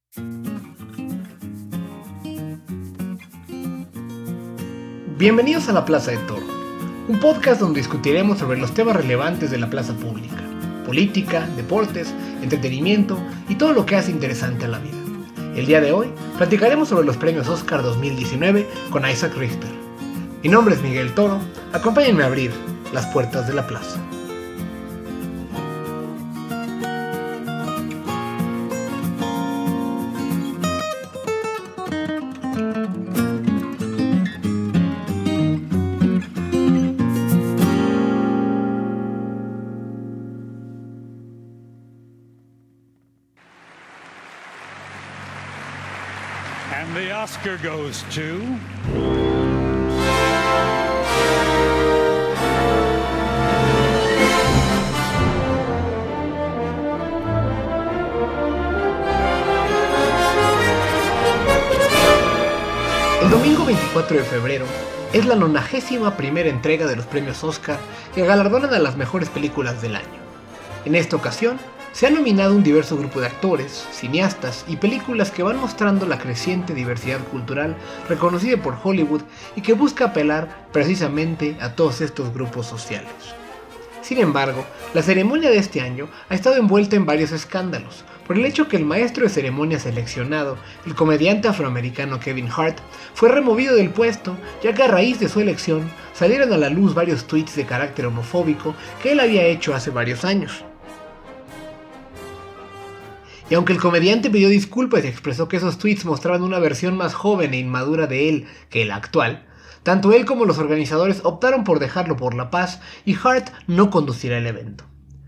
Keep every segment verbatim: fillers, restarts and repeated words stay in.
Bienvenidos a La Plaza de Toro, un podcast donde discutiremos sobre los temas relevantes de la plaza pública, política, deportes, entretenimiento y todo lo que hace interesante a la vida. El día de hoy platicaremos sobre los premios Oscar dos mil diecinueve con Isaac Richter. Mi nombre es Miguel Toro, acompáñenme a abrir las puertas de la plaza. And the Oscar goes to... El domingo veinticuatro de febrero es la nonagésima primera entrega de los premios Oscar que galardonan a las mejores películas del año. En esta ocasión, se ha nominado un diverso grupo de actores, cineastas y películas que van mostrando la creciente diversidad cultural reconocida por Hollywood y que busca apelar precisamente a todos estos grupos sociales. Sin embargo, la ceremonia de este año ha estado envuelta en varios escándalos, por el hecho que el maestro de ceremonia seleccionado, el comediante afroamericano Kevin Hart, fue removido del puesto, ya que a raíz de su elección salieron a la luz varios tweets de carácter homofóbico que él había hecho hace varios años. Y aunque el comediante pidió disculpas y expresó que esos tweets mostraban una versión más joven e inmadura de él que la actual, tanto él como los organizadores optaron por dejarlo por la paz y Hart no conducirá el evento.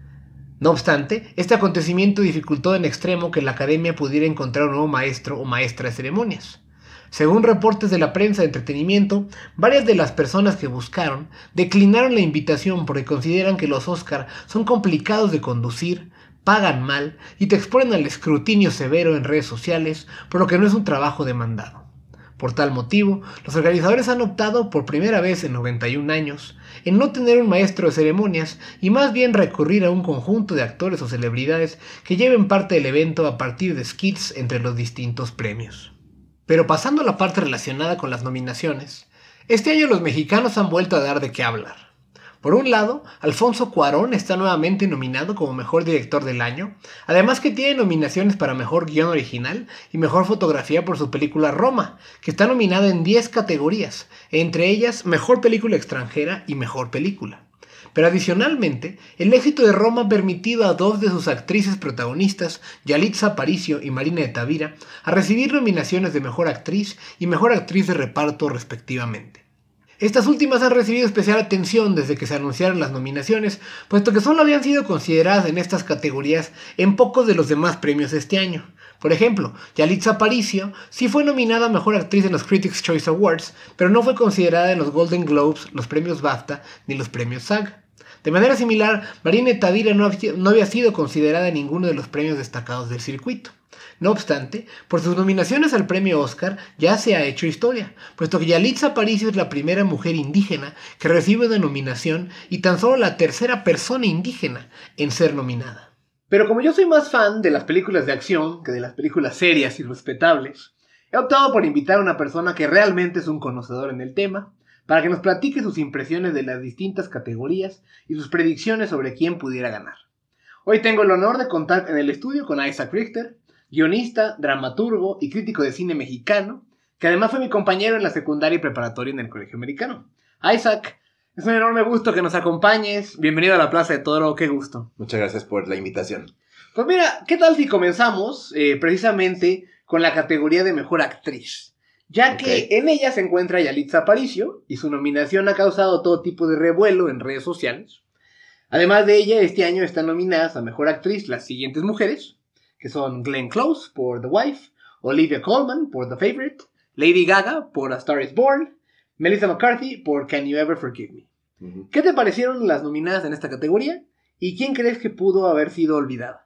No obstante, este acontecimiento dificultó en extremo que la academia pudiera encontrar un nuevo maestro o maestra de ceremonias. Según reportes de la prensa de entretenimiento, varias de las personas que buscaron declinaron la invitación porque consideran que los Oscar son complicados de conducir, pagan mal y te exponen al escrutinio severo en redes sociales, por lo que no es un trabajo demandado. Por tal motivo, los organizadores han optado por primera vez en noventa y un años en no tener un maestro de ceremonias y más bien recurrir a un conjunto de actores o celebridades que lleven parte del evento a partir de skits entre los distintos premios. Pero pasando a la parte relacionada con las nominaciones, este año los mexicanos han vuelto a dar de qué hablar. Por un lado, Alfonso Cuarón está nuevamente nominado como Mejor Director del Año, además que tiene nominaciones para Mejor Guión Original y Mejor Fotografía por su película Roma, que está nominada en diez categorías, entre ellas Mejor Película Extranjera y Mejor Película. Pero adicionalmente, el éxito de Roma ha permitido a dos de sus actrices protagonistas, Yalitza Aparicio y Marina de Tavira, a recibir nominaciones de Mejor Actriz y Mejor Actriz de Reparto respectivamente. Estas últimas han recibido especial atención desde que se anunciaron las nominaciones, puesto que solo habían sido consideradas en estas categorías en pocos de los demás premios este año. Por ejemplo, Yalitza Aparicio sí fue nominada a Mejor Actriz en los Critics' Choice Awards, pero no fue considerada en los Golden Globes, los premios BAFTA ni los premios SAG. De manera similar, Marina de Tavira no, no había sido considerada en ninguno de los premios destacados del circuito. No obstante, por sus nominaciones al premio Oscar ya se ha hecho historia, puesto que Yalitza Aparicio es la primera mujer indígena que recibe una nominación y tan solo la tercera persona indígena en ser nominada. Pero como yo soy más fan de las películas de acción que de las películas serias y respetables, he optado por invitar a una persona que realmente es un conocedor en el tema, para que nos platique sus impresiones de las distintas categorías y sus predicciones sobre quién pudiera ganar. Hoy tengo el honor de contar en el estudio con Isaac Richter, guionista, dramaturgo y crítico de cine mexicano, que además fue mi compañero en la secundaria y preparatoria en el Colegio Americano. Isaac, es un enorme gusto que nos acompañes. Bienvenido a la Plaza de Toro, qué gusto. Muchas gracias por la invitación. Pues mira, ¿qué tal si comenzamos eh, precisamente con la categoría de Mejor Actriz? Ya que okay. En ella se encuentra Yalitza Aparicio y su nominación ha causado todo tipo de revuelo en redes sociales. Además de ella, este año están nominadas a Mejor Actriz las siguientes mujeres, que son Glenn Close por The Wife, Olivia Colman por The Favourite, Lady Gaga por A Star Is Born, Melissa McCarthy por Can You Ever Forgive Me. Uh-huh. ¿Qué te parecieron las nominadas en esta categoría? ¿Y quién crees que pudo haber sido olvidada?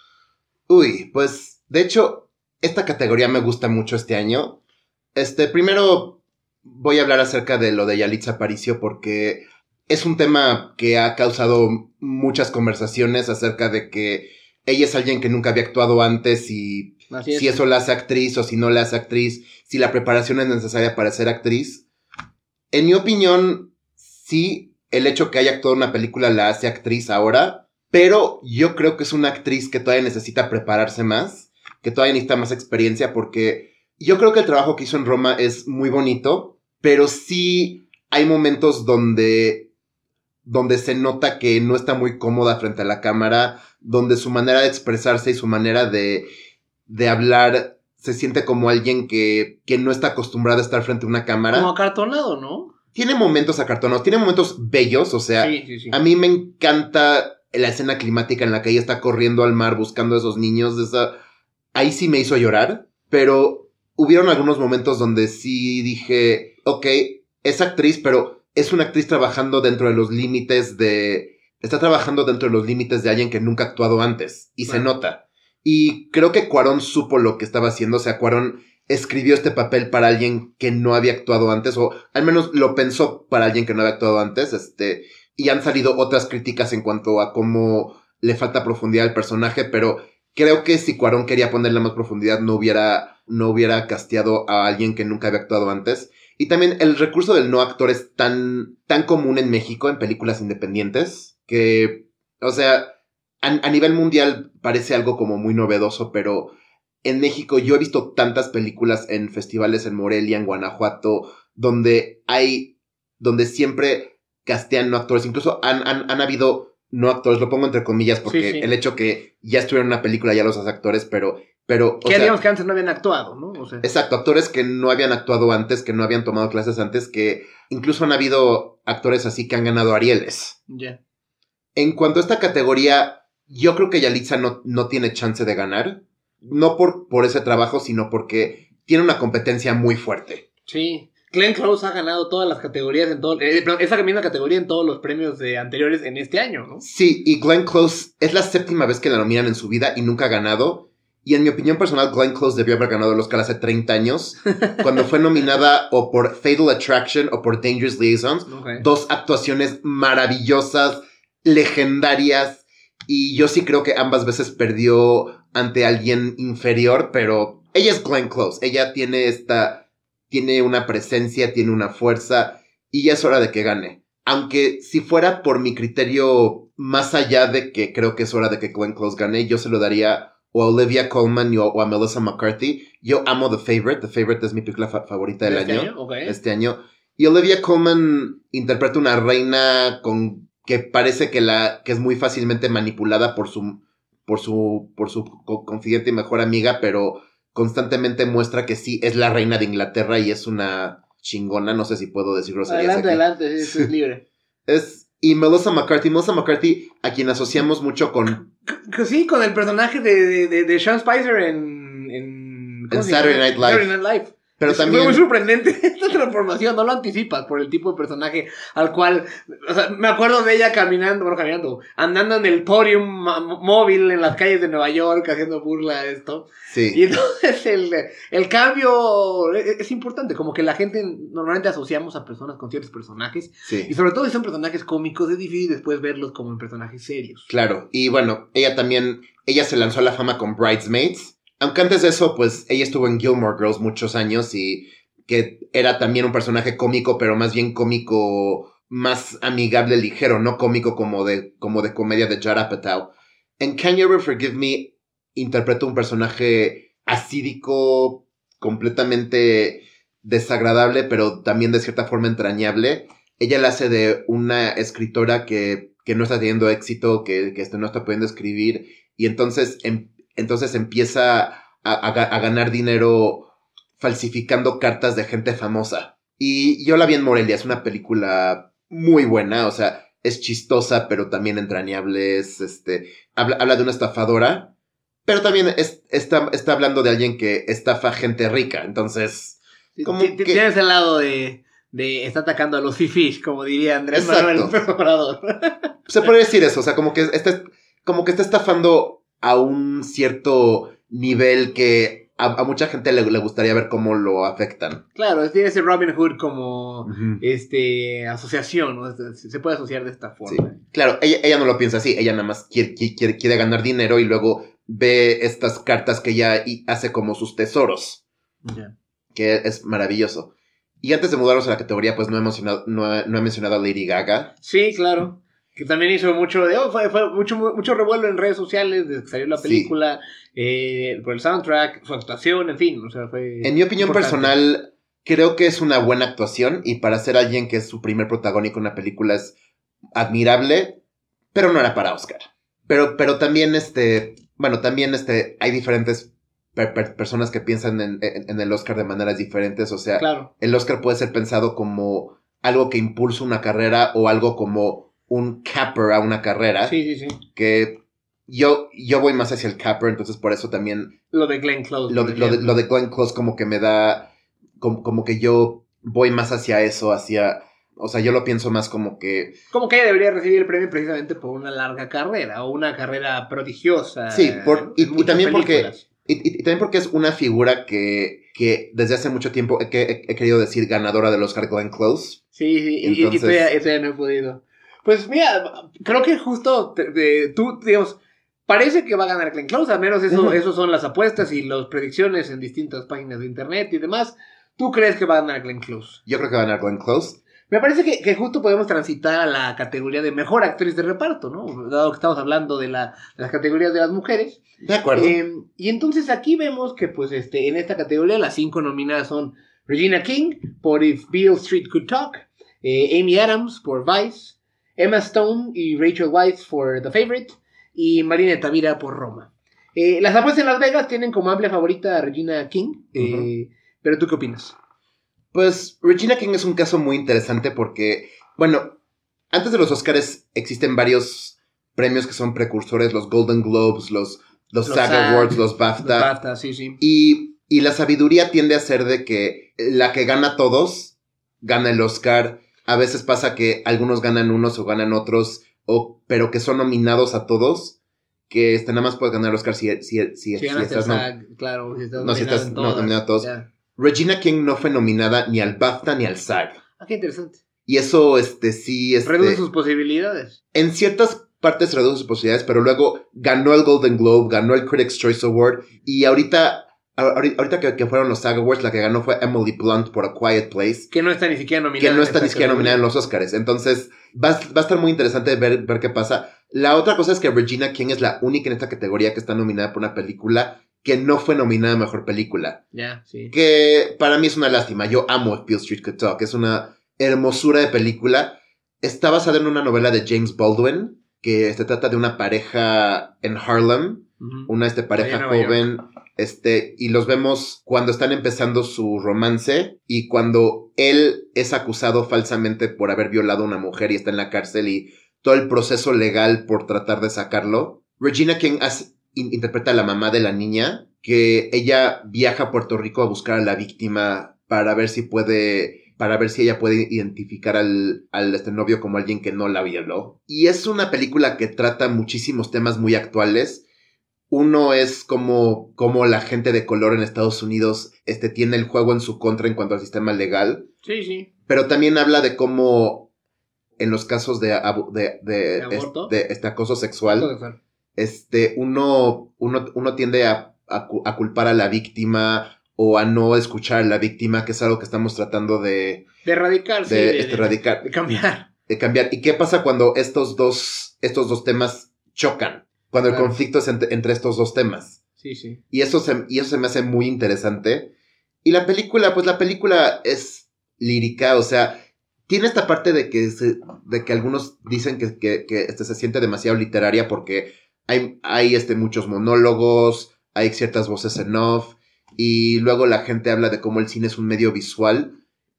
Uy, pues, de hecho, esta categoría me gusta mucho este año. Este, primero voy a hablar acerca de lo de Yalitza Aparicio porque es un tema que ha causado muchas conversaciones acerca de que ella es alguien que nunca había actuado antes y Así es. Si eso la hace actriz o si no la hace actriz, si la preparación es necesaria para ser actriz. En mi opinión, sí, el hecho que haya actuado en una película la hace actriz ahora, pero yo creo que es una actriz que todavía necesita prepararse más, que todavía necesita más experiencia, porque yo creo que el trabajo que hizo en Roma es muy bonito, pero sí hay momentos donde, donde se nota que no está muy cómoda frente a la cámara, donde su manera de expresarse y su manera de, de hablar se siente como alguien que, que no está acostumbrado a estar frente a una cámara. Como acartonado, ¿no? Tiene momentos acartonados, tiene momentos bellos, o sea, sí, sí, sí. A mí me encanta la escena climática en la que ella está corriendo al mar buscando a esos niños, esa... ahí sí me hizo llorar, pero hubieron algunos momentos donde sí dije, ok, es actriz, pero es una actriz trabajando dentro de los límites de... está trabajando dentro de los límites de alguien que nunca ha actuado antes, y bueno. Se nota. Y creo que Cuarón supo lo que estaba haciendo, o sea, Cuarón escribió este papel para alguien que no había actuado antes, o al menos lo pensó para alguien que no había actuado antes, este, y han salido otras críticas en cuanto a cómo le falta profundidad al personaje, pero creo que si Cuarón quería ponerle más profundidad no hubiera, no hubiera casteado a alguien que nunca había actuado antes. Y también el recurso del no actor es tan, tan común en México, en películas independientes, que, o sea... A, a nivel mundial parece algo como muy novedoso, pero en México yo he visto tantas películas en festivales en Morelia, en Guanajuato, donde hay, donde siempre castean no actores, incluso han, han, han habido no actores, lo pongo entre comillas, porque sí, sí. El hecho que ya estuvieron en una película ya los hace actores, pero... pero que sea, digamos que antes no habían actuado, ¿no? O sea. Exacto, actores que no habían actuado antes, que no habían tomado clases antes, que incluso han habido actores así que han ganado Arieles. Ya. Yeah. En cuanto a esta categoría... Yo creo que Yalitza no, no tiene chance de ganar. No por, por ese trabajo, sino porque tiene una competencia muy fuerte. Sí. Glenn Close ha ganado todas las categorías en todo... Eh, esa misma categoría en todos los premios de anteriores en este año, ¿no? Sí, y Glenn Close es la séptima vez que la nominan en su vida y nunca ha ganado. Y en mi opinión personal, Glenn Close debió haber ganado el Oscar hace treinta años, cuando fue nominada o por Fatal Attraction o por Dangerous Liaisons. Okay. Dos actuaciones maravillosas, legendarias. Y yo sí creo que ambas veces perdió ante alguien inferior, pero ella es Glenn Close. Ella tiene esta, tiene una presencia, tiene una fuerza, y ya es hora de que gane. Aunque si fuera por mi criterio, más allá de que creo que es hora de que Glenn Close gane, yo se lo daría o a Olivia Colman o, o a Melissa McCarthy. Yo amo The Favourite. The Favourite es mi película fa- favorita del ¿Este año. año? Okay. Este año. Y Olivia Colman interpreta una reina con... que parece que la que es muy fácilmente manipulada por su por su por su confidente y mejor amiga, pero constantemente muestra que sí es la reina de Inglaterra y es una chingona, no sé si puedo decirlo. Adelante, adelante, sí, es libre. Es y Melissa McCarthy, Melissa McCarthy, a quien asociamos mucho con sí, con el personaje de de, de Sean Spicer en en, en Saturday Night Live. Saturday Night Live. Pero es, también... Fue muy sorprendente esta transformación, no lo anticipas por el tipo de personaje al cual... O sea, me acuerdo de ella caminando, bueno, caminando, andando en el podium móvil en las calles de Nueva York, haciendo burla a esto. Sí. Y entonces el, el cambio es, es importante, como que la gente normalmente asociamos a personas con ciertos personajes. Sí. Y sobre todo si son personajes cómicos, es difícil después verlos como en personajes serios. Claro, y bueno, ella también, ella se lanzó a la fama con Bridesmaids. Aunque antes de eso, pues, ella estuvo en Gilmore Girls muchos años y que era también un personaje cómico, pero más bien cómico más amigable, ligero, no cómico como de, como de comedia de Judd Apatow. En Can You Ever Forgive Me interpretó un personaje asídico, completamente desagradable, pero también de cierta forma entrañable. Ella la hace de una escritora que, que no está teniendo éxito, que, que no está pudiendo escribir, y entonces... En, Entonces empieza a, a, a ganar dinero falsificando cartas de gente famosa. Y yo la vi en Morelia, es una película muy buena, o sea, es chistosa, pero también entrañable, es, este, habla, habla de una estafadora, pero también es, está, está hablando de alguien que estafa gente rica, entonces... Como que... Tienes el lado de, de está atacando a los fifís, como diría Andrés Manuel Obrador. Se puede decir eso, o sea, como que está, como que está estafando... a un cierto nivel que a, a mucha gente le, le gustaría ver cómo lo afectan. Claro, tiene ese Robin Hood como uh-huh. este asociación, ¿no? Se puede asociar de esta forma. Sí. Claro, ella, ella no lo piensa así, ella nada más quiere, quiere, quiere ganar dinero y luego ve estas cartas que ella hace como sus tesoros. Yeah. Que es maravilloso. Y antes de mudarnos a la categoría, pues no he mencionado, no he, no he mencionado a Lady Gaga. Sí, claro. Que también hizo mucho, de, oh, fue, fue mucho, mucho revuelo en redes sociales desde que salió la película, sí. eh, por el soundtrack, su actuación, en fin. O sea, fue en mi opinión importante. personal, creo que es una buena actuación. Y para ser alguien que es su primer protagónico en una película es admirable, pero no era para Oscar. Pero, pero también, este, bueno, también este, hay diferentes per- per- personas que piensan en, en, en el Oscar de maneras diferentes. O sea, claro. El Oscar puede ser pensado como algo que impulsa una carrera o algo como un capper a una carrera. Sí, sí, sí. Que yo, yo voy más hacia el capper, entonces por eso también... Lo de Glenn Close. Lo, lo, de, lo de Glenn Close como que me da... Como, como que yo voy más hacia eso, hacia... O sea, yo lo pienso más como que... Como que ella debería recibir el premio precisamente por una larga carrera, o una carrera prodigiosa. Sí, por, y, y también películas. porque... Y, y, y también porque es una figura que, que desde hace mucho tiempo he, he, he querido decir ganadora del Oscar, Glenn Close. Sí, sí, Entonces... y, y todavía, y todavía no he podido. Pues mira, creo que justo te, te, tú, digamos, parece que va a ganar Glenn Close, al menos eso, uh-huh. eso son las apuestas y las predicciones en distintas páginas de internet y demás. ¿Tú crees que va a ganar Glenn Close? Yo creo que va a ganar Glenn Close. Me parece que, que justo podemos transitar a la categoría de mejor actriz de reparto, ¿no? Dado que estamos hablando de, la, de las categorías de las mujeres. De acuerdo. Eh, y entonces aquí vemos que, pues, este, en esta categoría las cinco nominadas son Regina King por If Beale Street Could Talk, eh, Amy Adams por Vice, Emma Stone y Rachel Weisz por The Favourite y Marina Tavira por Roma. Eh, las apuestas en Las Vegas tienen como amplia favorita a Regina King, eh, uh-huh. pero ¿tú qué opinas? Pues Regina King es un caso muy interesante porque, bueno, antes de los Oscars existen varios premios que son precursores, los Golden Globes, los, los, los SAG Awards, los BAFTA. Los BAFTA, sí, sí. Y, y la sabiduría tiende a ser de que la que gana todos, gana el Oscar. A veces pasa que algunos ganan unos o ganan otros, o, pero que son nominados a todos, que este, nada más puedes ganar el Oscar si, si, si, si, si estás no, SAG, claro, si estás no, si estás no, nominado a todos. Yeah. Regina King no fue nominada ni al BAFTA ni al SAG. Ah, qué interesante. Y eso, este, sí... Este, reduce sus posibilidades. En ciertas partes reduce sus posibilidades, pero luego ganó el Golden Globe, ganó el Critics' Choice Award, y ahorita... Ahorita que, que fueron los SAG Awards, la que ganó fue Emily Blunt por A Quiet Place. Que no está ni siquiera nominada. Que no está ni siquiera nominada en los Oscars. Entonces, va, va a estar muy interesante ver, ver qué pasa. La otra cosa es que Regina King es la única en esta categoría que está nominada por una película que no fue nominada a Mejor Película. Ya, yeah, sí. Que para mí es una lástima. Yo amo If Beale Street Could Talk. Es una hermosura de película. Está basada en una novela de James Baldwin, que se trata de una pareja en Harlem. Uh-huh. Una este, pareja joven... York. Este, y los vemos cuando están empezando su romance y cuando él es acusado falsamente por haber violado a una mujer y está en la cárcel y todo el proceso legal por tratar de sacarlo. Regina King hace, in, interpreta a la mamá de la niña, que ella viaja a Puerto Rico a buscar a la víctima para ver si puede, para ver si ella puede identificar al, al este novio como alguien que no la violó. Y es una película que trata muchísimos temas muy actuales. Uno es como, como la gente de color en Estados Unidos este, tiene el juego en su contra en cuanto al sistema legal. Sí, sí. Pero también habla de cómo en los casos de, de, de, ¿De aborto? de, de este acoso sexual, este, uno, uno, uno tiende a, a, a culpar a la víctima o a no escuchar a la víctima, que es algo que estamos tratando de... De erradicar, de, sí. De, este, erradicar, de cambiar. De cambiar. ¿Y qué pasa cuando estos dos, estos dos temas chocan? Cuando claro. el conflicto es entre, entre estos dos temas. Sí, sí. Y eso, se, y eso se me hace muy interesante. Y la película, pues la película es lírica, o sea, tiene esta parte de que, se, de que algunos dicen que, que, que este, se siente demasiado literaria porque hay, hay este, muchos monólogos, hay ciertas voces en off, y luego la gente habla de cómo el cine es un medio visual.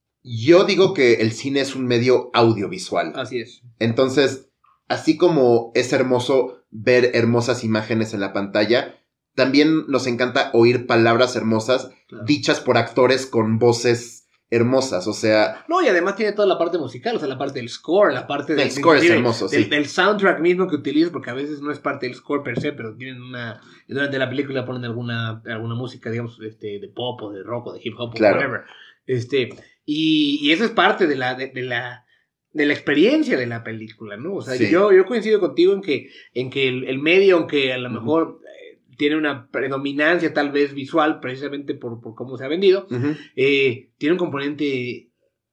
Yo digo que el cine es un medio audiovisual. Así es. Entonces, así como es hermoso ver hermosas imágenes en la pantalla, también nos encanta oír palabras hermosas, claro, dichas por actores con voces hermosas, o sea... No, y además tiene toda la parte musical, o sea, la parte del score, la parte del... El score es hermoso, del, sí. Del soundtrack mismo que utilizas, porque a veces no es parte del score per se, pero tienen una... Durante la película ponen alguna, alguna música, digamos, este, de pop o de rock o de hip hop, claro, o whatever. Este, y, y eso es parte de la... De, de la de la experiencia de la película, ¿no? O sea, sí, yo, yo coincido contigo en que, en que el, el medio, aunque a lo mejor... Uh-huh. tiene una predominancia tal vez visual, precisamente por, por cómo se ha vendido, Uh-huh. eh, tiene un componente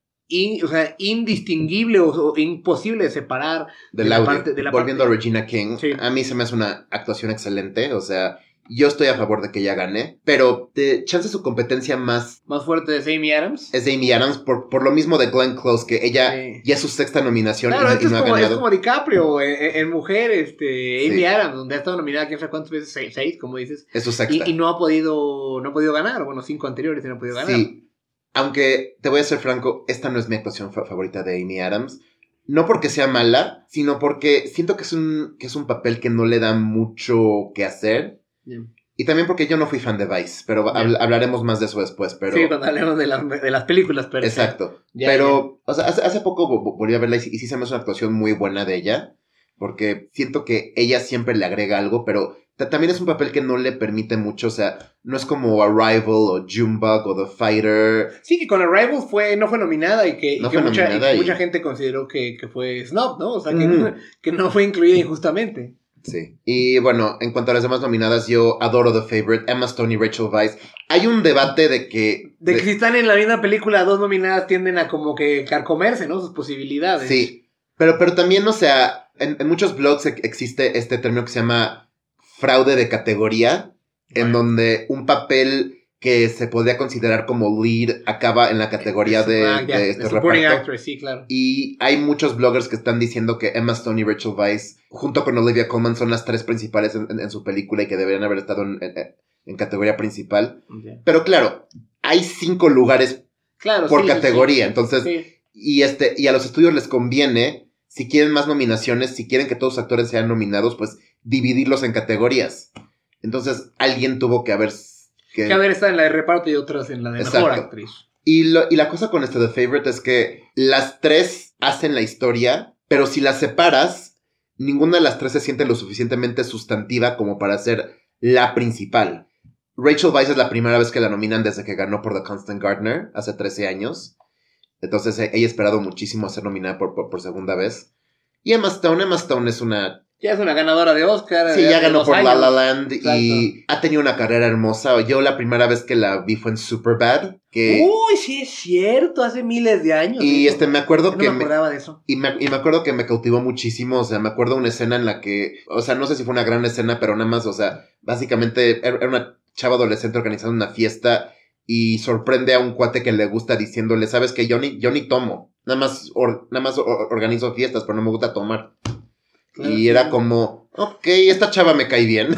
in, o sea, indistinguible o, o imposible de separar Del de audio. la parte de la Volviendo parte... a Regina King, Sí. a mí se me hace una actuación excelente, o sea, yo estoy a favor de que ella gane, pero de chance su competencia más más fuerte es Amy Adams. es de Amy Adams por, por lo mismo de Glenn Close, que ella Sí. ya es su sexta nominación Claro, y, esto y es, no ha como, es ganado. como DiCaprio en, en- en Mujer, este, Amy Sí. Adams, donde ha estado nominada quién sabe cuántas veces, seis, seis como dices, Es su sexta. y, y no ha podido no ha podido ganar, bueno, cinco anteriores y no ha podido ganar. Sí, aunque te voy a ser franco, esta no es mi actuación fa- favorita de Amy Adams. No porque sea mala, sino porque siento que es un, que es un papel que no le da mucho que hacer. Bien. Y también porque yo no fui fan de Vice, pero Bien. habl- hablaremos más de eso después. Pero... Sí, cuando hablemos de las, de las películas, pero Exacto. Ya, pero, o sea, hace, hace poco vo- vo- volví a verla y, sí- y sí se me hace una actuación muy buena de ella. Porque siento que ella siempre le agrega algo, pero ta- también es un papel que no le permite mucho. O sea, no es como Arrival o Junebug o The Fighter. Sí, que con Arrival fue, no fue nominada y que, y No que fue mucha, y nominada que y- mucha gente consideró que, que fue snob, ¿no? O sea, que, Ujú. que no fue incluida injustamente. Sí. Y bueno, en cuanto a las demás nominadas, yo adoro The Favorite, Emma Stone y Rachel Weisz. Hay un debate de que... De que de- si están en la misma película, dos nominadas tienden a como que carcomerse, ¿no? Sus posibilidades. Sí, pero, pero también, o sea, en, en muchos blogs e- existe este término que se llama fraude de categoría, en Bueno. donde un papel que se podría considerar como lead acaba en la categoría de, Ah, ya, de este de supporting reparto. actress, sí, claro. Y hay muchos bloggers que están diciendo que Emma Stone y Rachel Weisz, junto con Olivia Colman, son las tres principales en, en- en su película y que deberían haber estado en, en- en categoría principal. Ya. Pero claro, hay cinco lugares Claro, por sí, sí, categoría, sí. entonces... Sí. Y, este, y a los estudios les conviene, si quieren más nominaciones, si quieren que todos los actores sean nominados, pues dividirlos en categorías. Entonces, alguien tuvo que haber... Que... Que haber estado en la de reparto y otras en la de Exacto. mejor actriz. Y, lo, y la cosa con este The Favorite es que las tres hacen la historia, pero si las separas, ninguna de las tres se siente lo suficientemente sustantiva como para ser la principal. Rachel Weisz es la primera vez que la nominan desde que ganó por The Constant Gardener, hace trece años. Entonces ella ha esperado muchísimo a ser nominada por, por, por segunda vez. Y Emma Stone, Emma Stone es una... Ya es una ganadora de Oscar. Sí, de ya hace ganó dos por La años. La Land Exacto. y ha tenido una carrera hermosa. Yo la primera vez que la vi fue en Superbad, que... Uy, sí es cierto, hace miles de años. y ¿sí? este, me acuerdo No que... me me- acordaba de eso. Y me, y me acuerdo que me cautivó muchísimo, o sea, me acuerdo una escena en la que, o sea, no sé si fue una gran escena, pero nada más, o sea, básicamente era era una chava adolescente organizando una fiesta y sorprende a un cuate que le gusta diciéndole, sabes que yo ni, yo ni tomo, nada más, or- nada más or- organizo fiestas, pero no me gusta tomar. Claro, y sí. era como, ok, esta chava me cae bien.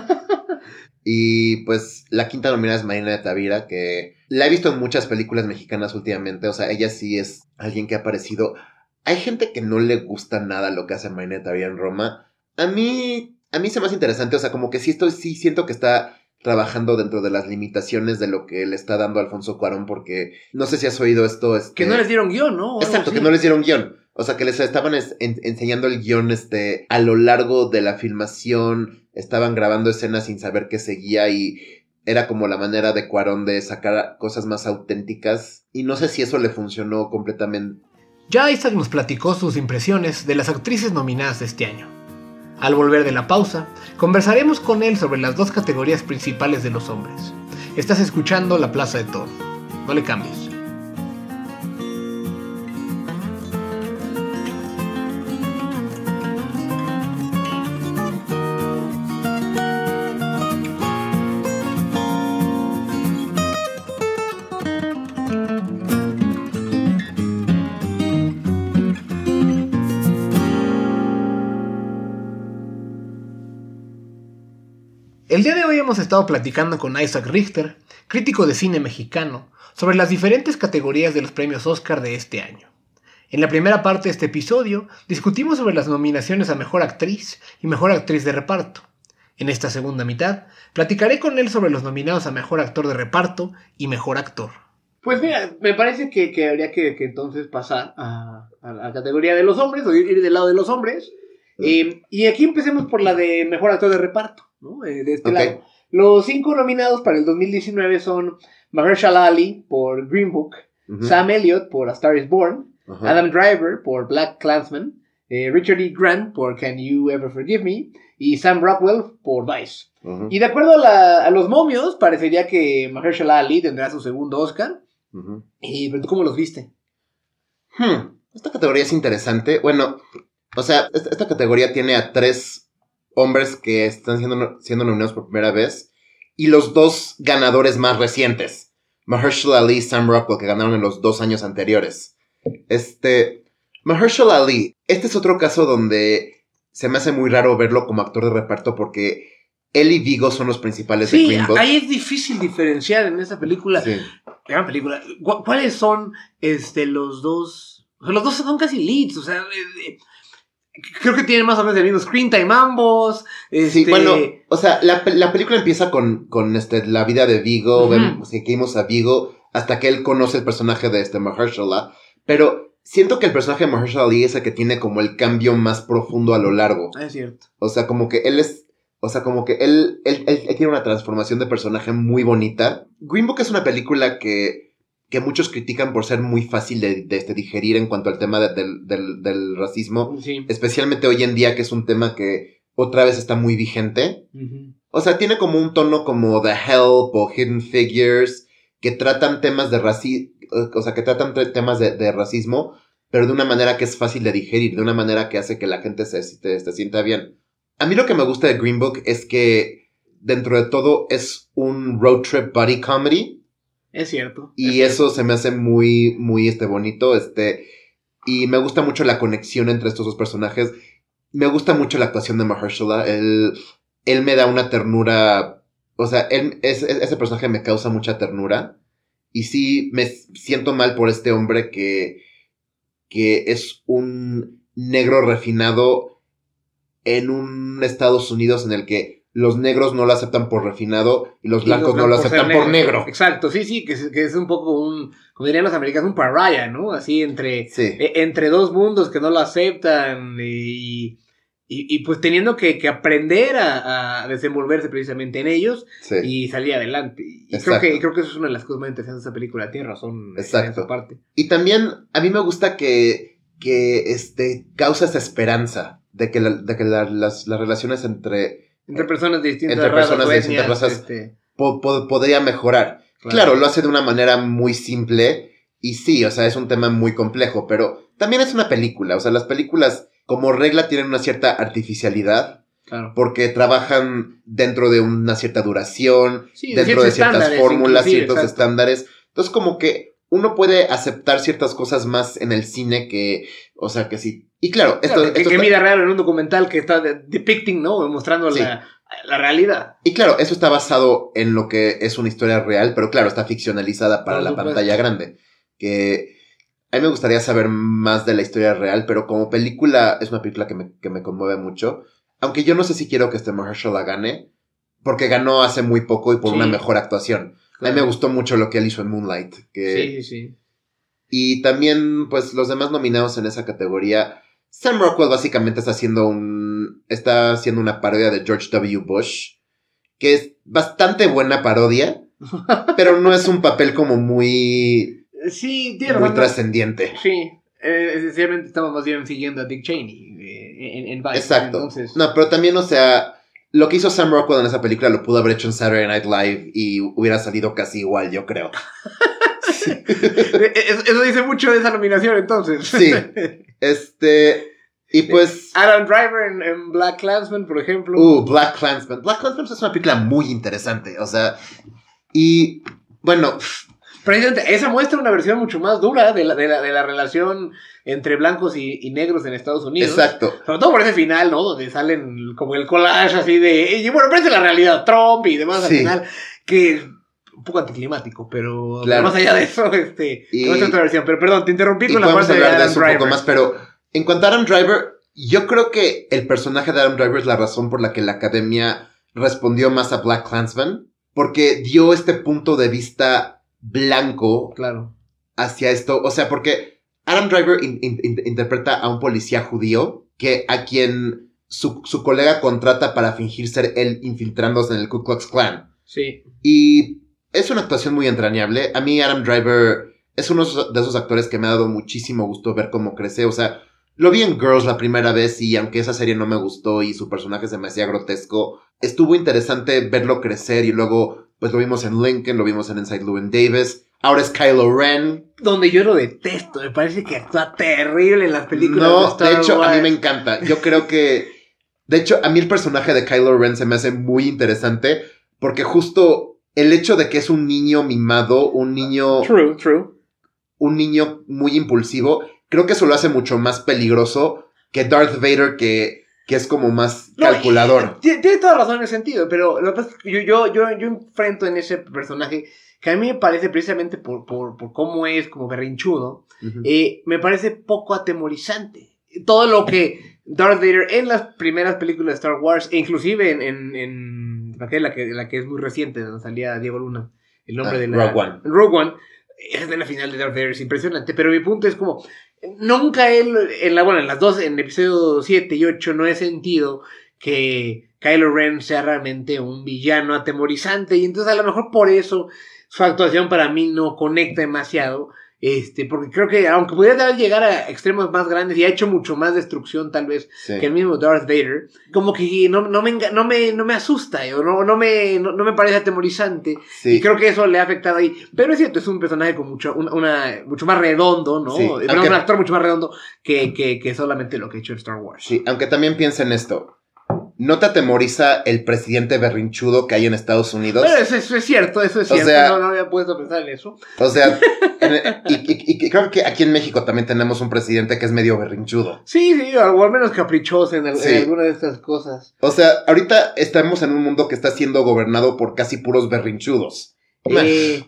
Y pues la quinta nominada es Marina de Tavira, que la he visto en muchas películas mexicanas últimamente, o sea, ella sí es alguien que ha aparecido. Hay gente que no le gusta nada lo que hace Marina de Tavira en Roma. A mí, a mí se me hace interesante, o sea, como que sí estoy, sí siento que está trabajando dentro de las limitaciones de lo que le está dando Alfonso Cuarón, porque no sé si has oído esto. Este... Que no les dieron guión, ¿no? O algo Exacto, así. que no les dieron guión. O sea, que les estaban es- en- enseñando el guión este, a lo largo de la filmación. Estaban grabando escenas sin saber qué seguía y era como la manera de Cuarón de sacar cosas más auténticas. Y no sé si eso le funcionó completamente. Ya Isaac nos platicó sus impresiones de las actrices nominadas de este año. Al volver de la pausa, conversaremos con él sobre las dos categorías principales de los hombres. Estás escuchando La Plaza de Toro. No le cambies. El día de hoy hemos estado platicando con Isaac Richter, crítico de cine mexicano, sobre las diferentes categorías de los premios Oscar de este año. En la primera parte de este episodio discutimos sobre las nominaciones a Mejor Actriz y Mejor Actriz de Reparto. En esta segunda mitad platicaré con él sobre los nominados a Mejor Actor de Reparto y Mejor Actor. Pues mira, me parece que, que habría que, que entonces pasar a, a la categoría de los hombres, o ir, ir del lado de los hombres. Eh, y aquí empecemos por la de Mejor Actor de Reparto, ¿no? Eh, de este Ok. lado. Los cinco nominados para el dos mil diecinueve son Mahershala Ali por Green Book, Ujú. Sam Elliott por A Star is Born, Ajá. Adam Driver por Black Klansman, eh, Richard E. Grant por Can You Ever Forgive Me y Sam Rockwell por Vice. Uh-huh. Y de acuerdo a, la, a los momios, parecería que Mahershala Ali tendrá su segundo Oscar. Uh-huh. Y, ¿pero tú cómo los viste? Hmm, esta categoría es interesante. Bueno, o sea, esta, esta categoría tiene a tres hombres que están siendo, siendo nominados por primera vez. Y los dos ganadores más recientes. Mahershala Ali y Sam Rockwell, que ganaron en los dos años anteriores. Este... Mahershala Ali, este es otro caso donde se me hace muy raro verlo como actor de reparto porque él y Viggo son los principales sí, de Green Book. Ahí es difícil diferenciar en esta película. Sí. Gran película. ¿Cuáles son este, los dos? O sea, los dos son casi leads. O sea, eh, creo que tienen más o menos el mismo screen time ambos. Este... Sí, bueno, o sea, la, la película empieza con, con este, la vida de Viggo. Uh-huh. Vemos que vimos a Viggo hasta que él conoce el personaje de este Mahershala. Pero siento que el personaje de Mahershala Ali es el que tiene como el cambio más profundo a lo largo. Es cierto. O sea, como que él es... O sea, como que él, él, él, él tiene una transformación de personaje muy bonita. Green Book es una película que, que muchos critican por ser muy fácil de, de, de digerir en cuanto al tema de, del, del, del racismo. Sí. Especialmente hoy en día, que es un tema que otra vez está muy vigente. Uh-huh. O sea, tiene como un tono como The Help o Hidden Figures, que tratan temas de racismo, o sea, que tratan temas de, de racismo, pero de una manera que es fácil de digerir, de una manera que hace que la gente se, se, se sienta bien. A mí lo que me gusta de Green Book es que dentro de todo es un road trip buddy comedy. Es cierto. Y es eso cierto. se me hace muy, muy este, bonito. Este, y me gusta mucho la conexión entre estos dos personajes. Me gusta mucho la actuación de Mahershala. Él, él me da una ternura. O sea, él, es, ese personaje me causa mucha ternura. Y sí, me siento mal por este hombre que, que es un negro refinado en un Estados Unidos en el que los negros no lo aceptan por refinado y los blancos y los no lo aceptan por negro. por negro. Exacto, sí, sí, que es, que es un poco un, como dirían los americanos, un pariah, ¿no? Así entre, sí. eh, entre dos mundos que no lo aceptan y, y, y pues teniendo que, que aprender a, a desenvolverse precisamente en ellos sí. y salir adelante. Y creo que, creo que eso es una de las cosas más interesantes de esa película, tienes razón. Exacto. En esa parte. Y también a mí me gusta que, que este, causa esa esperanza. De que, la, de que la, las, las relaciones entre... Entre personas de distintas entre razas, personas de etnias, distintas razas este... po, po, podría mejorar. Claro. claro, lo hace de una manera muy simple. Y sí, o sea, es un tema muy complejo. Pero también es una película. O sea, las películas como regla tienen una cierta artificialidad. Claro. Porque trabajan dentro de una cierta duración. Sí, dentro de ciertas fórmulas, ciertos exacto. estándares. Entonces como que uno puede aceptar ciertas cosas más en el cine que... O sea, que sí. Y claro, esto... Claro, que, esto que está... mida real en un documental que está de, depicting, ¿no? Mostrando sí. la, la realidad. Y claro, eso está basado en lo que es una historia real, pero claro, está ficcionalizada para Por la supuesto. Pantalla grande. Que a mí me gustaría saber más de la historia real, pero como película, es una película que me, que me conmueve mucho. Aunque yo no sé si quiero que este Mahershala gane, porque ganó hace muy poco y por sí. una mejor actuación. Claro. A mí me gustó mucho lo que él hizo en Moonlight. Que... Sí, sí, sí. Y también, pues, los demás nominados en esa categoría... Sam Rockwell básicamente está haciendo un... Está haciendo una parodia de George W. Bush. Que es bastante buena parodia. Pero no es un papel como muy... Sí, tiene Muy trascendiente. Sí. Eh, esencialmente estamos más bien siguiendo a Dick Cheney. Eh, en, en Vice, Exacto. Entonces... No, pero también, o sea... Lo que hizo Sam Rockwell en esa película lo pudo haber hecho en Saturday Night Live. Y hubiera salido casi igual, yo creo. Sí. Eso dice mucho de esa nominación, entonces. Sí. Este. Y pues. Adam Driver en, en Black Klansman, por ejemplo. Uh, Black Klansman. Black Klansman es una película muy interesante. O sea. Y. Bueno. Precisamente, esa muestra una versión mucho más dura de la, de la, de la relación entre blancos y, y negros en Estados Unidos. Exacto. Sobre todo por ese final, ¿no? Donde salen como el collage así de. Y bueno, parece la realidad, Trump y demás sí. al final. Que. Un poco anticlimático, pero claro. más allá de eso, este, y, no es otra versión. Pero perdón, te interrumpí con la parte de Adam de eso Driver. Un poco más, pero en cuanto a Adam Driver, yo creo que el personaje de Adam Driver es la razón por la que la academia respondió más a Black Klansman, porque dio este punto de vista blanco claro. hacia esto. O sea, porque Adam Driver in, in, in, interpreta a un policía judío que a quien su, su colega contrata para fingir ser él infiltrándose en el Ku Klux Klan. Sí. Y es una actuación muy entrañable. A mí Adam Driver es uno de esos actores que me ha dado muchísimo gusto ver cómo crece. O sea, Lo vi en Girls la primera vez y aunque esa serie no me gustó y su personaje se me hacía grotesco, estuvo interesante verlo crecer y luego pues lo vimos en Lincoln, lo vimos en Inside Llewyn Davis, ahora es Kylo Ren. Donde yo lo detesto, me parece que actúa terrible en las películas no, de Star de hecho Wars. A mí me encanta, yo creo que, de hecho a mí el personaje de Kylo Ren se me hace muy interesante porque justo el hecho de que es un niño mimado, un niño... True, true. Un niño muy impulsivo, creo que eso lo hace mucho más peligroso que Darth Vader, que, que es como más no, calculador. Tiene, tiene toda razón en ese sentido, pero lo que pasa es que yo, yo, yo, yo enfrento en ese personaje, que a mí me parece precisamente por, por, por cómo es, como berrinchudo, uh-huh. eh, me parece poco atemorizante. Todo lo que Darth Vader en las primeras películas de Star Wars, e inclusive en, en, en la, que, la, que, la que es muy reciente, donde salía Diego Luna, el nombre ah, de la... Rogue One. Rogue One. Es de la final de Darth Vader, es impresionante, pero mi punto es como, nunca él, en la, bueno, en las dos, en el episodio siete y ocho, no he sentido que Kylo Ren sea realmente un villano atemorizante, y entonces a lo mejor por eso su actuación para mí no conecta demasiado, este, porque creo que aunque pudiera llegar a extremos más grandes y ha hecho mucho más destrucción tal vez sí. que el mismo Darth Vader, como que no, no, me, no, me, no me asusta o no, no, me, no, no me parece atemorizante sí. y creo que eso le ha afectado ahí, pero es cierto, es un personaje con mucho, una, una, mucho más redondo, ¿no? Sí. Pero aunque, un actor mucho más redondo que, que, que solamente lo que ha hecho en Star Wars. Sí, aunque también piensa en esto. ¿No te atemoriza el presidente berrinchudo que hay en Estados Unidos? Pero eso, eso es cierto, eso es cierto. O sea, no, no había puesto a pensar en eso. O sea, en, y, y, y creo que aquí en México también tenemos un presidente que es medio berrinchudo. Sí, sí, o al menos caprichoso en, el, sí. en alguna de estas cosas. O sea, ahorita estamos en un mundo que está siendo gobernado por casi puros berrinchudos. Eh...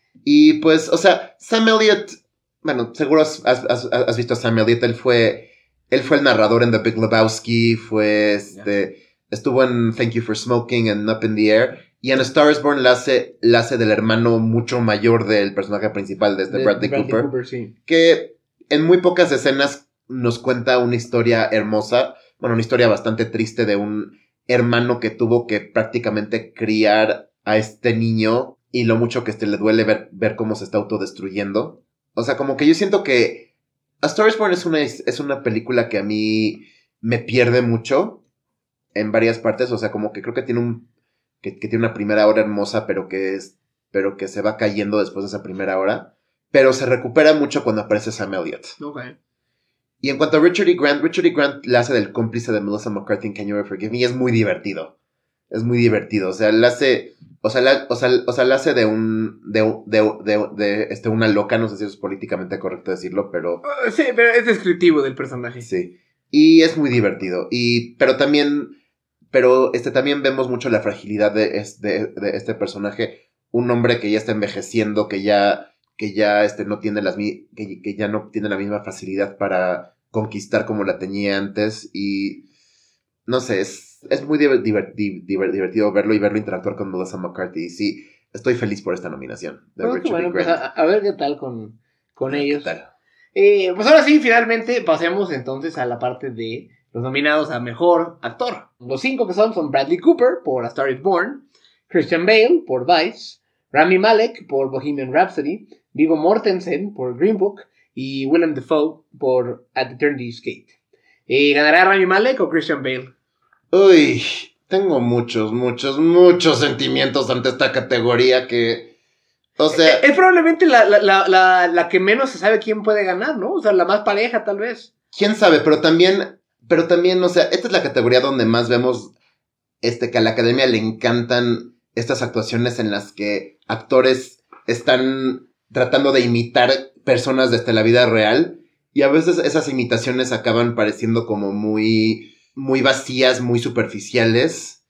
Y pues, o sea, Sam Elliott, bueno, seguro has, has, has visto a Sam Elliott, él fue... Él fue el narrador en The Big Lebowski, fue este, yeah. estuvo en Thank You for Smoking and Up in the Air, y en A Star is Born la hace, la hace del hermano mucho mayor del personaje principal de este de, Bradley, Bradley Cooper, Cooper sí. que en muy pocas escenas nos cuenta una historia hermosa, bueno, una historia bastante triste de un hermano que tuvo que prácticamente criar a este niño, y lo mucho que este le duele ver, ver cómo se está autodestruyendo. O sea, como que yo siento que A Star is Born es una, es una película que a mí me pierde mucho en varias partes, o sea, como que creo que tiene un que, que tiene una primera hora hermosa, pero que es pero que se va cayendo después de esa primera hora, pero se recupera mucho cuando aparece Sam Elliott. Okay. Y en cuanto a Richard E. Grant, Richard E. Grant la hace del cómplice de Melissa McCarthy en Can You Ever Forgive Me, y es muy divertido. Es muy divertido, o sea, la hace o sea, la, o sea, o sea, la hace de un de, de, de, de este una loca, no sé si eso es políticamente correcto decirlo, pero uh, sí, pero es descriptivo del personaje. Sí. Y es muy divertido. Y pero también pero este también vemos mucho la fragilidad de este de este personaje, un hombre que ya está envejeciendo, que ya que ya este no tiene las que, que ya no tiene la misma facilidad para conquistar como la tenía antes, y no sé, es es muy diver, diver, diver, divertido verlo y verlo interactuar con Melissa McCarthy. Y sí, estoy feliz por esta nominación de bueno, Richard bueno, E. Grant. Pues a, a ver qué tal con, con ellos. ¿Qué tal? Eh, pues ahora sí, finalmente pasemos entonces a la parte de los nominados a Mejor Actor. Los cinco que son son Bradley Cooper por A Star is Born, Christian Bale por Vice, Rami Malek por Bohemian Rhapsody, Viggo Mortensen por Green Book y Willem Dafoe por At Eternity's Gate. Eh, ¿Ganará Rami Malek o Christian Bale? Uy, tengo muchos, muchos, muchos sentimientos ante esta categoría que... O sea... Es, es probablemente la, la, la, la, la que menos se sabe quién puede ganar, ¿no? O sea, la más pareja, tal vez. Quién sabe, pero también... Pero también, o sea, esta es la categoría donde más vemos este, que a la academia le encantan estas actuaciones en las que actores están tratando de imitar personas desde la vida real, y a veces esas imitaciones acaban pareciendo como muy... muy vacías, muy superficiales,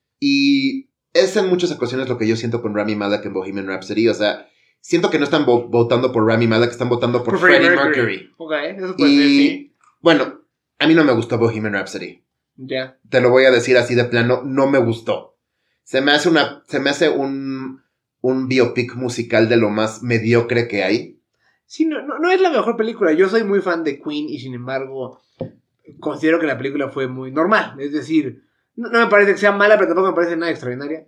y es en muchas ocasiones lo que yo siento con Rami Malek en Bohemian Rhapsody. O sea, siento que no están vo- votando por Rami Malek, están votando por, por Freddie Mercury. Mercury. Ok, eso puede y, ser, sí. Bueno, a mí no me gustó Bohemian Rhapsody. Ya. Yeah. Te lo voy a decir así de plano, no me gustó. Se me hace una, se me hace un, un biopic musical de lo más mediocre que hay. Sí, no, no, no es la mejor película. Yo soy muy fan de Queen y sin embargo... considero que la película fue muy normal, es decir, no, no me parece que sea mala, pero tampoco me parece nada extraordinaria.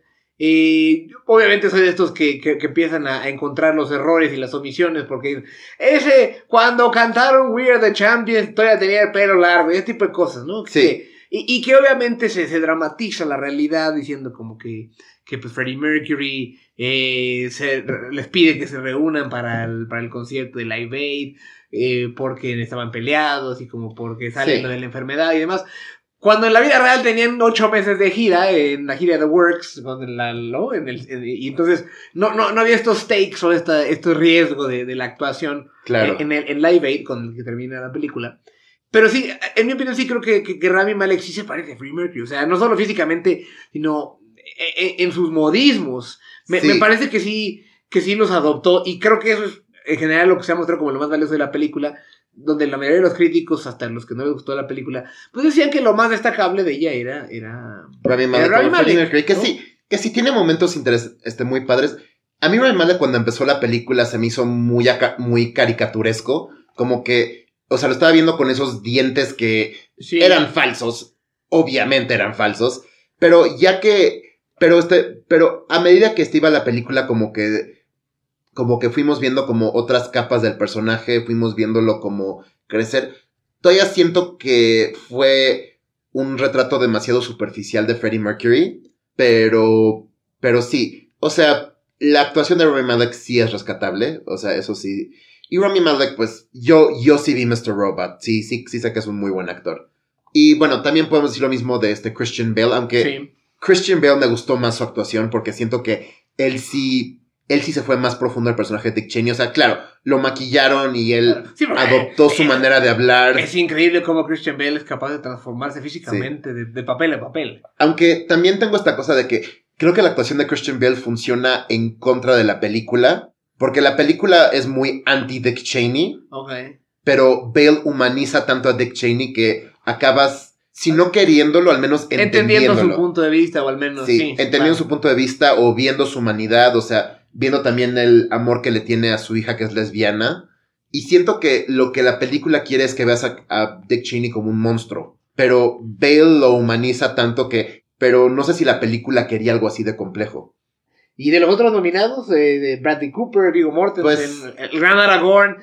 Y obviamente soy de estos que, que, que empiezan a, a encontrar los errores y las omisiones, porque ese, cuando cantaron We Are the Champions, todavía tenía el pelo largo, y ese tipo de cosas, ¿no? Sí. Que, y, y que obviamente se, se dramatiza la realidad diciendo como que, que pues Freddie Mercury eh, se, les pide que se reúnan para el, para el concierto de Live Aid, eh, porque estaban peleados y como porque salen Sí. de la enfermedad y demás. Cuando en la vida real tenían ocho meses de gira, en la gira de The Works, con la, ¿no? en el, en, y entonces no, no, no había estos stakes o esta, estos riesgos de, de la actuación Claro. en, en, en Live Aid, con el que termina la película. Pero sí, en mi opinión sí creo que, que, que Rami Malek sí se parece a Freddie Mercury, o sea, no solo físicamente, sino en, en sus modismos. Me, Sí. me parece que sí, que sí los adoptó, y creo que eso es en general lo que se ha mostrado como lo más valioso de la película, donde la mayoría de los críticos, hasta los que no les gustó la película, pues decían que lo más destacable de ella era... era Rami Malek, Rami como Freddie Malek, Mercury, que ¿no? sí, que sí tiene momentos interes- este, muy padres. A mí Rami Malek cuando empezó la película se me hizo muy, aca- muy caricaturesco, como que, o sea, lo estaba viendo con esos dientes que Sí. eran falsos, obviamente eran falsos, pero ya que, pero este, pero a medida que iba la película como que, como que fuimos viendo como otras capas del personaje, fuimos viéndolo como crecer, todavía siento que fue un retrato demasiado superficial de Freddie Mercury, pero, pero sí, o sea, la actuación de Rami Malek sí es rescatable, o sea, eso sí. Y Rami Malek, pues, yo, yo sí vi mister Robot, sí, sí, sí sé que es un muy buen actor. Y bueno, también podemos decir lo mismo de este Christian Bale, aunque Sí. Christian Bale me gustó más su actuación porque siento que él sí, él sí se fue más profundo al personaje de Dick Cheney, o sea, claro, lo maquillaron y él Sí, porque, adoptó su eh, manera de hablar. Es increíble cómo Christian Bale es capaz de transformarse físicamente sí. de, de papel a papel. Aunque también tengo esta cosa de que creo que la actuación de Christian Bale funciona en contra de la película, porque la película es muy anti-Dick Cheney, Okay. pero Bale humaniza tanto a Dick Cheney que acabas, si no queriéndolo, al menos entendiéndolo. Entendiendo su punto de vista, o al menos, sí. sí entendiendo claro. su punto de vista o viendo su humanidad, o sea, viendo también el amor que le tiene a su hija que es lesbiana. Y siento que lo que la película quiere es que veas a, a Dick Cheney como un monstruo, pero Bale lo humaniza tanto que, pero no sé si la película quería algo así de complejo. Y de los otros nominados, eh, de Bradley Cooper, Viggo Mortensen, Pues, el gran Aragorn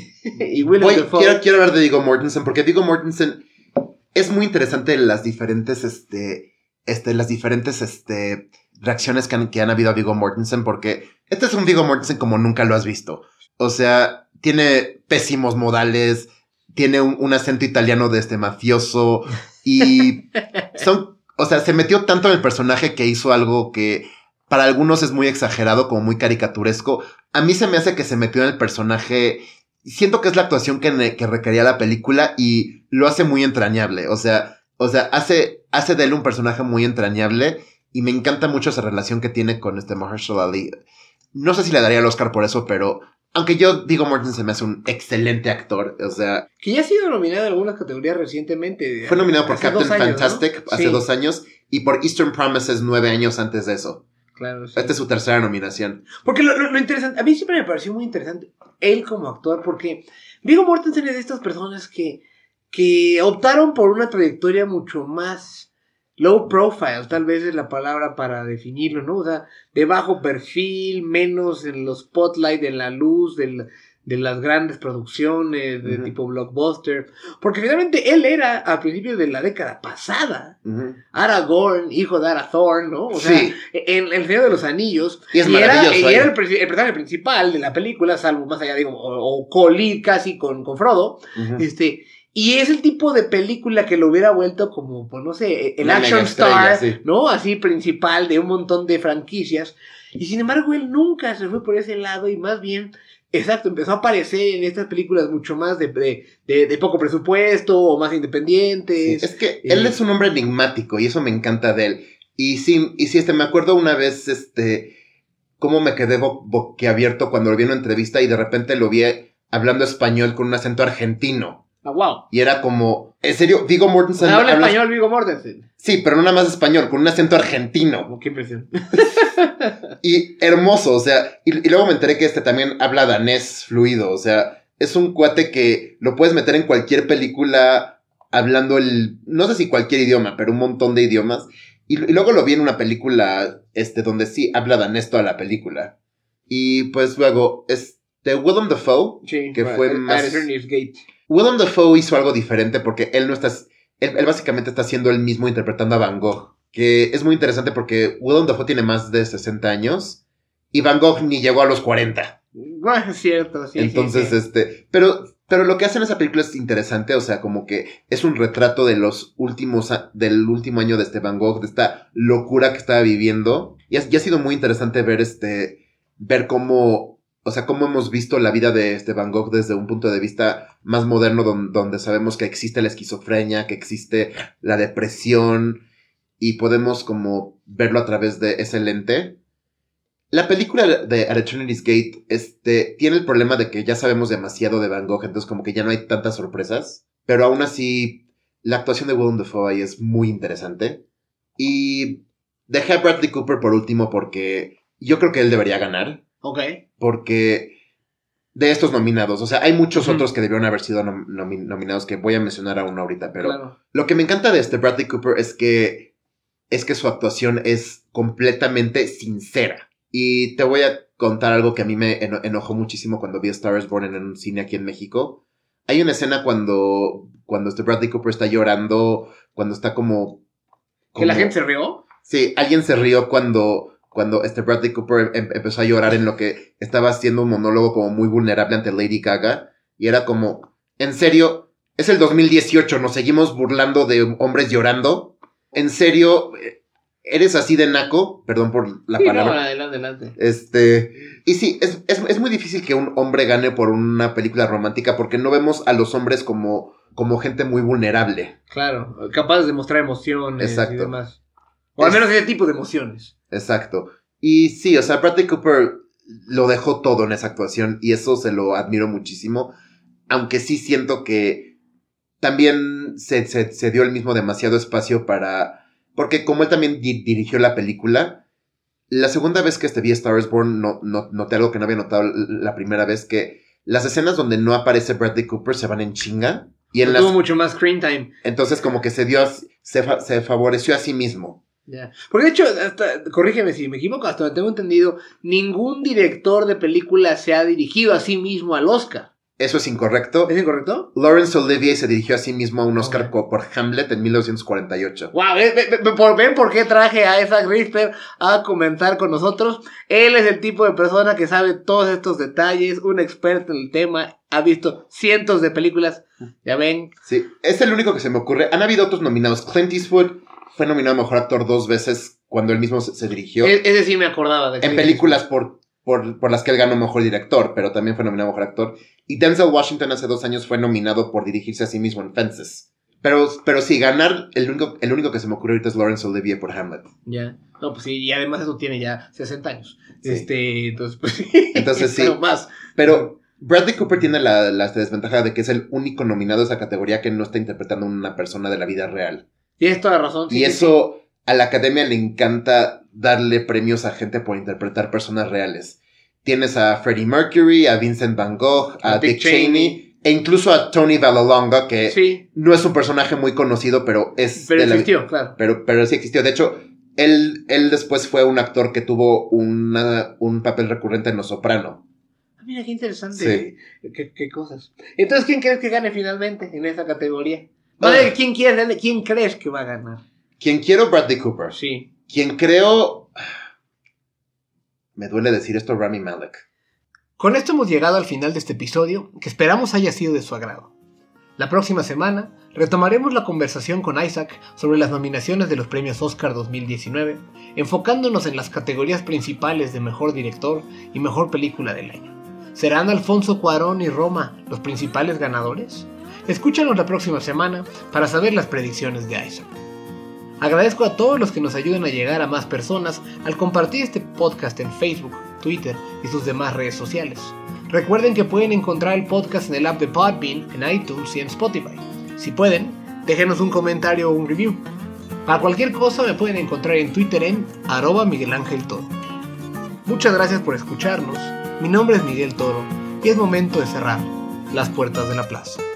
y Willem voy, Dafoe. quiero, quiero hablar de Viggo Mortensen, porque Viggo Mortensen es muy interesante las diferentes, este, este, las diferentes, este, reacciones que han, que han habido a Viggo Mortensen, porque este es un Viggo Mortensen como nunca lo has visto. O sea, tiene pésimos modales, tiene un, un acento italiano de este mafioso, y son, o sea, se metió tanto en el personaje que hizo algo que para algunos es muy exagerado, como muy caricaturesco. A mí se me hace que se metió en el personaje. Siento que es la actuación que, que requería la película y lo hace muy entrañable. O sea, o sea, hace, hace de él un personaje muy entrañable y me encanta mucho esa relación que tiene con este Mahershala Ali. No sé si le daría el Oscar por eso, pero aunque yo digo Mortensen se me hace un excelente actor, o sea... Que ya ha sido nominado en algunas categorías recientemente. Fue nominado por Captain años, Fantastic, ¿no? hace Sí. dos años y por Eastern Promises nueve años antes de eso. Claro, sí. Esta es su tercera nominación. Porque lo, lo, lo interesante, a mí siempre me pareció muy interesante él como actor, porque Viggo Mortensen es de estas personas que, que optaron por una trayectoria mucho más low profile, tal vez es la palabra para definirlo, ¿no? O sea, de bajo perfil, menos en los spotlight, en la luz del, de las grandes producciones de Uh-huh. tipo blockbuster, porque finalmente él era a principios de la década pasada Uh-huh. Aragorn, hijo de Arathorn, ¿no? O sea, Sí. en El Señor de los Anillos. Y es y era, maravilloso y ahí. era el, pre- el personaje principal de la película, salvo más allá, digo, o, o co-lead casi con, con Frodo. Uh-huh. Este, y es el tipo de película que lo hubiera vuelto como, pues no sé, el Una action mega estrella, star, sí. ¿no? Así principal de un montón de franquicias. Y sin embargo, él nunca se fue por ese lado y más bien, exacto, empezó a aparecer en estas películas mucho más de, de, de, de poco presupuesto o más Sí, independientes. es que Eh, él es un hombre enigmático y eso me encanta de él. Y sí, y sí, este, me acuerdo una vez, este, cómo me quedé bo- boquiabierto cuando lo vi en una entrevista y de repente lo vi hablando español con un acento argentino. Ah, wow. Y era como, en serio, Viggo Mortensen Habla habla- español Viggo Mortensen. Sí, pero no nada más español, con un acento argentino. Oh, qué impresión. Y hermoso, o sea, y, y luego me enteré que este también habla danés fluido, o sea, es un cuate que lo puedes meter en cualquier película hablando el, no sé si cualquier idioma, pero un montón de idiomas. Y, y luego lo vi en una película este, donde sí habla danés toda la película. Y pues luego, este, Willem Dafoe, Sí, que right. fue At más... Eternity's Gate. Willem Dafoe hizo algo diferente porque él no está... Él, él básicamente está siendo él mismo interpretando a Van Gogh. Que es muy interesante porque Willem Dafoe tiene más de sesenta años y Van Gogh ni llegó a los cuarenta. Bueno, es cierto, sí. Entonces, sí, sí. este... Pero, pero lo que hace en esa película es interesante, o sea, como que es un retrato de los últimos... Del último año de este Van Gogh, de esta locura que estaba viviendo. Y ha, y ha sido muy interesante ver este... Ver cómo... O sea, cómo hemos visto la vida de este Van Gogh desde un punto de vista más moderno, don, donde sabemos que existe la esquizofrenia, que existe la depresión, y podemos como verlo a través de ese lente. La película de At Eternity's Gate este, tiene el problema de que ya sabemos demasiado de Van Gogh, entonces como que ya no hay tantas sorpresas, pero aún así la actuación de Willem Dafoe ahí es muy interesante. Y dejé a Bradley Cooper por último porque yo creo que él debería ganar. Ok. Porque de estos nominados, o sea, hay muchos Uh-huh. otros que debieron haber sido nom- nomi- nominados que voy a mencionar a uno ahorita, pero Claro. lo que me encanta de este Bradley Cooper es que es que su actuación es completamente sincera. Y te voy a contar algo que a mí me eno- enojó muchísimo cuando vi a Star is Born en un cine aquí en México. Hay una escena cuando cuando este Bradley Cooper está llorando, cuando está como, como ¿Que la gente se rió? Sí, alguien se rió cuando cuando este Bradley Cooper em- empezó a llorar en lo que estaba haciendo un monólogo como muy vulnerable ante Lady Gaga. Y era como, en serio, es el dos mil dieciocho, nos seguimos burlando de hombres llorando. En serio, ¿eres así de naco? Perdón por la Sí, palabra. no, adelante, adelante. Este, y sí, es, es, es muy difícil que un hombre gane por una película romántica porque no vemos a los hombres como, como gente muy vulnerable. Claro, capaces de mostrar emociones Exacto. y demás. O al Es- menos ese tipo de emociones. Exacto. Y sí, o sea, Bradley Cooper lo dejó todo en esa actuación y eso se lo admiro muchísimo. Aunque sí siento que también se, se, se dio el mismo demasiado espacio para... Porque como él también di- dirigió la película, la segunda vez que este vi Star is Born no, no, noté algo que no había notado la primera vez, que las escenas donde no aparece Bradley Cooper se van en chinga. Y en No las, tuvo mucho más screen time. entonces como que se dio, se, fa- se favoreció a sí mismo. Ya. Porque de hecho, hasta, corrígeme si me equivoco, hasta donde tengo entendido, ningún director de película se ha dirigido a sí mismo al Oscar. Eso es incorrecto. ¿Es incorrecto? Laurence Olivier se dirigió a sí mismo a un Oscar Ok. co- por Hamlet en mil novecientos cuarenta y ocho. Wow, ¿ven, ven, por, ¿ven por qué traje a Isaac Richter a comentar con nosotros? Él es el tipo de persona que sabe todos estos detalles, un experto en el tema, ha visto cientos de películas, ya ven. Sí, es el único que se me ocurre. Han habido otros nominados. Clint Eastwood fue nominado a Mejor Actor dos veces cuando él mismo se, se dirigió. E- ese sí me acordaba de en películas por, por, por las que él ganó Mejor Director, pero también fue nominado a Mejor Actor. Y Denzel Washington hace dos años fue nominado por dirigirse a sí mismo en Fences. Pero, pero sí, ganar, el único, el único que se me ocurre ahorita es Laurence Olivier por Hamlet. Ya, no, pues sí, y además eso tiene ya sesenta años. Sí. Este, entonces, pues Entonces sí. pero más. Pero Bradley Cooper tiene la, la desventaja de que es el único nominado a esa categoría que no está interpretando a una persona de la vida real. Tienes toda la razón. sí, Y sí, eso a la academia le encanta darle premios a gente por interpretar personas reales. Tienes a Freddie Mercury, a Vincent Van Gogh, a, A Dick Dick Cheney, Cheney. e incluso a Tony Vallelonga, que sí. Sí, no es un personaje muy conocido, pero es... pero de la- existió, claro. pero, pero sí existió. De hecho, él, él después fue un actor que tuvo una, un papel recurrente en Los Soprano. Ah, mira, qué interesante. Qué, qué cosas. Entonces, ¿quién crees que gane finalmente en esa categoría? Madre, Ah. ¿quién, quiere, ¿Quién crees que va a ganar? Quien quiero, Bradley Cooper. Sí. Quien creo... Me duele decir esto, Rami Malek. Con esto hemos llegado al final de este episodio, que esperamos haya sido de su agrado. La próxima semana retomaremos la conversación con Isaac sobre las nominaciones de los premios Oscar dos mil diecinueve, enfocándonos en las categorías principales de Mejor Director y Mejor Película del Año. ¿Serán Alfonso Cuarón y Roma los principales ganadores? Escúchanos la próxima semana para saber las predicciones de Isaac. Agradezco a todos los que nos ayudan a llegar a más personas al compartir este podcast en Facebook, Twitter y sus demás redes sociales. Recuerden que pueden encontrar el podcast en el app de Podbean, en iTunes y en Spotify. Si pueden, déjenos un comentario o un review. Para cualquier cosa me pueden encontrar en Twitter en arroba Miguel Ángel Toro. Muchas gracias por escucharnos. Mi nombre es Miguel Toro y es momento de cerrar las puertas de la plaza.